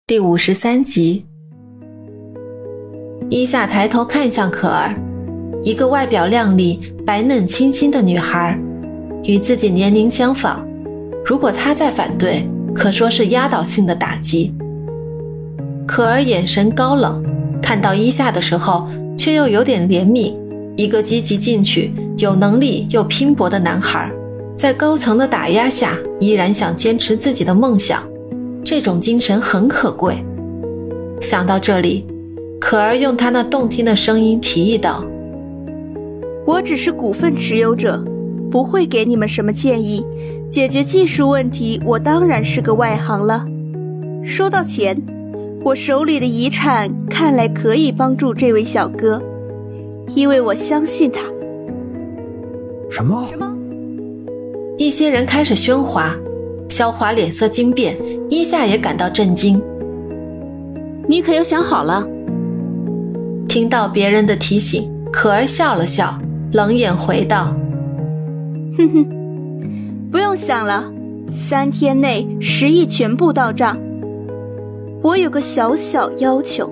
第53集。伊夏抬头看向可儿，一个外表靓丽、白嫩清新的女孩，与自己年龄相仿，如果她再反对，可说是压倒性的打击。可儿眼神高冷，看到伊夏的时候却又有点怜悯，一个积极进取、有能力又拼搏的男孩，在高层的打压下依然想坚持自己的梦想，这种精神很可贵。想到这里，可儿用她那动听的声音提议道： 我只是股份持有者，不会给你们什么建议，解决技术问题我当然是个外行了。说到钱，我手里的遗产看来可以帮助这位小哥，因为我相信他。 什么？ 一些人开始喧哗，萧华脸色惊变，伊夏也感到震惊。 你可有想好了？ 听到别人的提醒，可儿笑了笑，冷眼回道： 哼哼，不用想了，3天内10亿全部到账。我有个小小要求。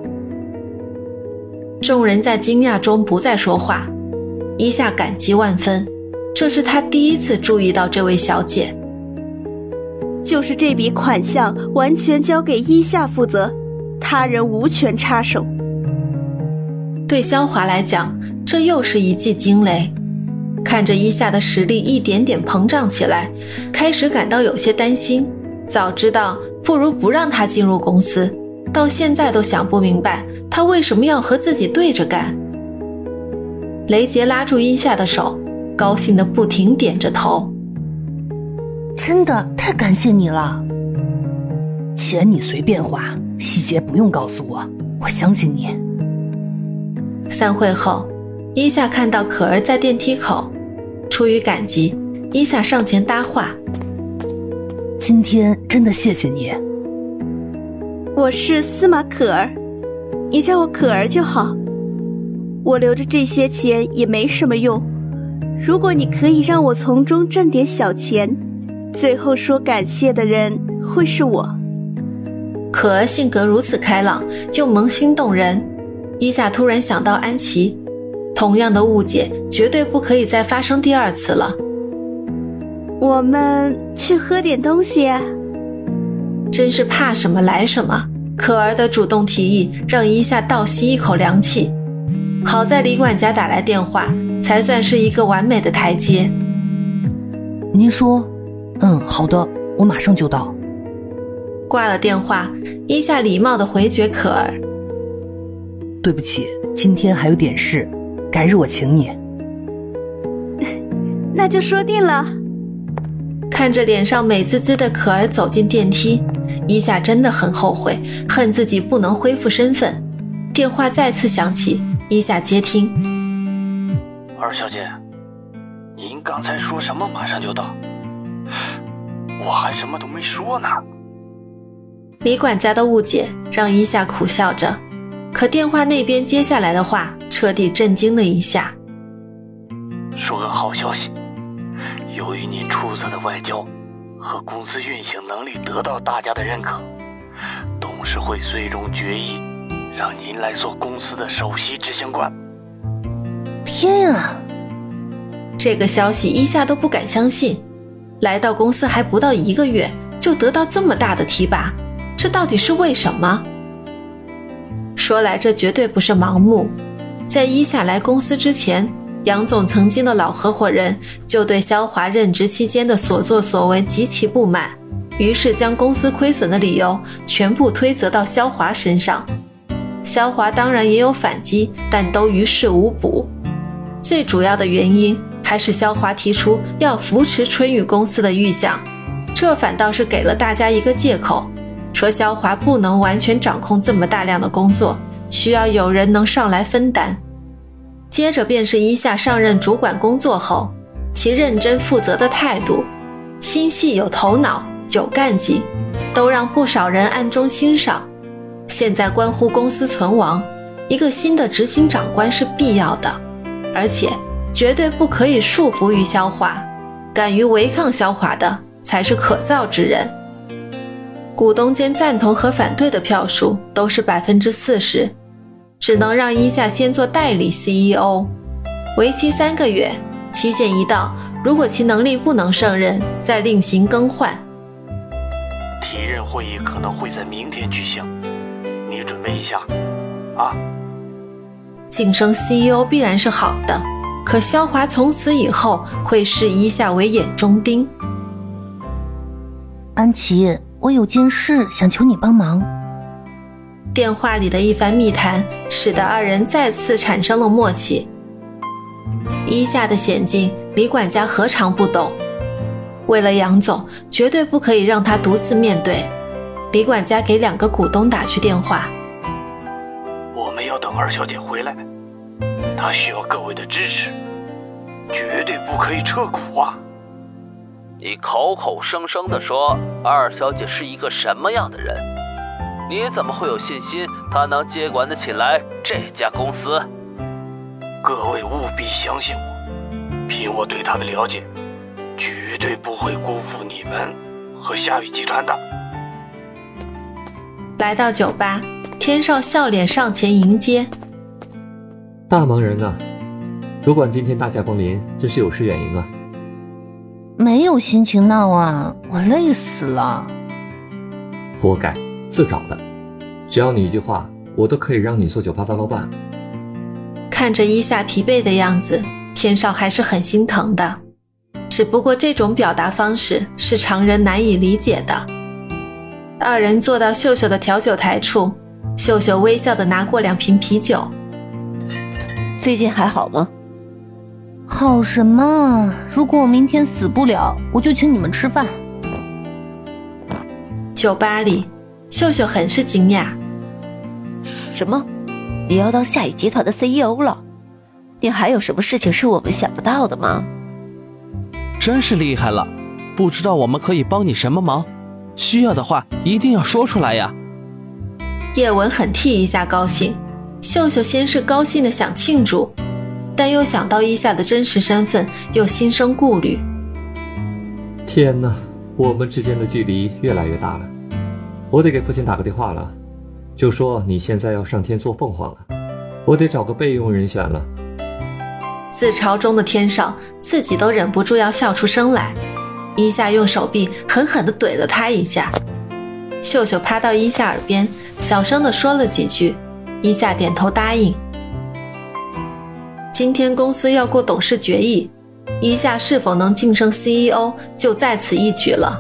众人在惊讶中不再说话，伊夏感激万分，这是他第一次注意到这位小姐。 就是这笔款项完全交给伊夏负责，他人无权插手。 对萧华来讲，这又是一记惊雷。看着伊夏的实力一点点膨胀起来，开始感到有些担心，早知道不如不让他进入公司，到现在都想不明白他为什么要和自己对着干。雷杰拉住伊夏的手，高兴得不停点着头。 真的太感谢你了，钱你随便花，细节不用告诉我，我相信你。 散会后，伊夏看到可儿在电梯口，出于感激，伊夏上前搭话： 今天真的谢谢你。 我是司马可儿，你叫我可儿就好。我留着这些钱也没什么用，如果你可以让我从中挣点小钱，最后说感谢的人会是我。 可儿性格如此开朗，又萌心动人，伊夏突然想到安琪，同样的误解绝对不可以再发生第二次了。 我们去喝点东西啊。 真是怕什么来什么，可儿的主动提议让伊夏倒吸一口凉气。好在李管家打来电话，才算是一个完美的台阶。 您说？好的，我马上就到。 挂了电话，伊夏礼貌地回绝可儿： 对不起，今天还有点事，改日我请你。 那就说定了。 看着脸上美滋滋的可儿走进电梯，伊夏真的很后悔，恨自己不能恢复身份。电话再次响起，伊夏接听： 二小姐，您刚才说什么马上就到？我还什么都没说呢。 李管家的误解让伊夏苦笑着，可电话那边接下来的话彻底震惊了一下。 说个好消息，由于您出色的外交和公司运行能力得到大家的认可，董事会最终决议让您来做公司的首席执行官。 天啊！ 这个消息伊夏都不敢相信，来到公司还不到1个月就得到这么大的提拔，这到底是为什么？说来这绝对不是盲目，在伊夏来公司之前，杨总曾经的老合伙人就对萧华任职期间的所作所为极其不满，于是将公司亏损的理由全部推责到萧华身上。萧华当然也有反击，但都于事无补。最主要的原因还是萧华提出要扶持春雨公司的预想，这反倒是给了大家一个借口，说萧华不能完全掌控这么大量的工作，需要有人能上来分担。接着便是伊夏上任主管工作后，其认真负责的态度，心细有头脑有干劲，都让不少人暗中欣赏。现在关乎公司存亡，一个新的执行长官是必要的，而且绝对不可以束缚于萧华，敢于违抗萧华的才是可造之人。 股东间赞同和反对的票数都是 40%， 只能让伊夏先做代理 CEO， 为期3个月，期限一到，如果其能力不能胜任，再另行更换。 提任会议可能会在明天举行，你准备一下啊。 晋升 CEO 必然是好的，可萧华从此以后会视伊夏为眼中钉。 安琪，我有件事想求你帮忙。 电话里的一番密谈使得二人再次产生了默契。伊夏的险境李管家何尝不懂，为了杨总绝对不可以让他独自面对。李管家给2个股东打去电话， 我们要等二小姐回来，她需要各位的支持，绝对不可以撤股啊。 你口口声声地说二小姐是一个什么样的人，你怎么会有信心她能接管得起来这家公司？ 各位务必相信我，凭我对她的了解，绝对不会辜负你们和夏雨集团的。 来到酒吧，天少笑脸上前迎接。 大忙人啊，主管今天大驾光临，真是有失远迎啊。 没有心情闹啊，我累死了。 活该，自找的。只要你一句话，我都可以让你做酒吧的老板。 看着伊夏疲惫的样子，天少还是很心疼的。只不过这种表达方式是常人难以理解的。二人坐到秀秀的调酒台处，秀秀微笑地拿过2瓶啤酒。 最近还好吗？ 好什么？如果我明天死不了，我就请你们吃饭。 酒吧里，秀秀很是惊讶。 什么？你要当夏雨集团的 CEO 了？你还有什么事情是我们想不到的吗？ 真是厉害了，不知道我们可以帮你什么忙，需要的话一定要说出来呀。 叶文很替伊夏高兴，秀秀先是高兴的想庆祝，但又想到伊夏的真实身份，又心生顾虑。 天哪，我们之间的距离越来越大了，我得给父亲打个电话了，就说你现在要上天做凤凰了，我得找个备用人选了。 自嘲中的天少自己都忍不住要笑出声来，伊夏用手臂狠狠地怼了他一下。秀秀趴到伊夏耳边小声地说了几句，伊夏点头答应。今天公司要过董事决议，伊夏是否能晋升 CEO 就在此一举了。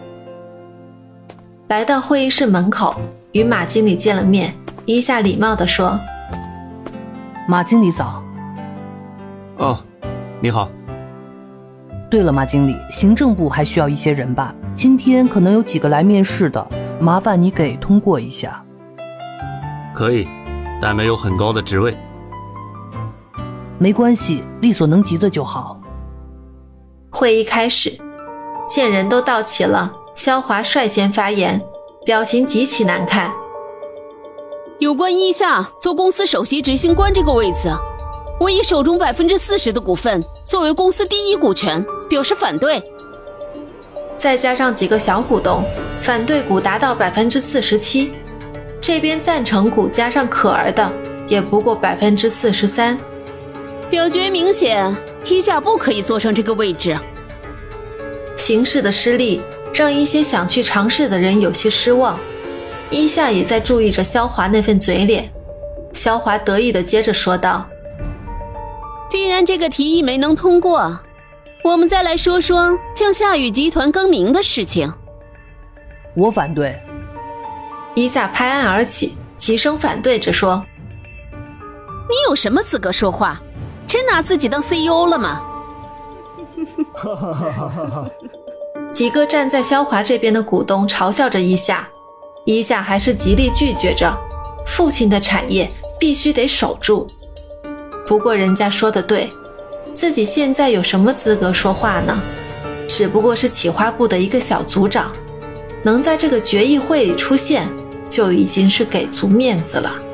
来到会议室门口，与马经理见了面，伊夏礼貌地说： 马经理早。 哦，你好。 对了，马经理，行政部还需要一些人吧？今天可能有几个来面试的，麻烦你给通过一下。 可以，但没有很高的职位。 没关系，力所能及的就好。 会议开始，见人都到齐了，萧华率先发言，表情极其难看。 有关伊夏做公司首席执行官这个位子，我以手中40%的股份作为公司第一股权表示反对。 再加上几个小股东，反对股达到47%，这边赞成股加上可儿的也不过43%。 表决明显，伊夏不可以坐上这个位置。 形势的失利让一些想去尝试的人有些失望，伊夏也在注意着萧华那份嘴脸。萧华得意地接着说道： 既然这个提议没能通过，我们再来说说将夏雨集团更名的事情。 我反对。 伊夏拍案而起，齐声反对着说： 你有什么资格说话？真拿自己当 CEO 了吗？ 几个站在萧华这边的股东嘲笑着伊夏，伊夏还是极力拒绝着，父亲的产业必须得守住。不过人家说的对，自己现在有什么资格说话呢？只不过是企划部的一个小组长，能在这个决议会里出现，就已经是给足面子了。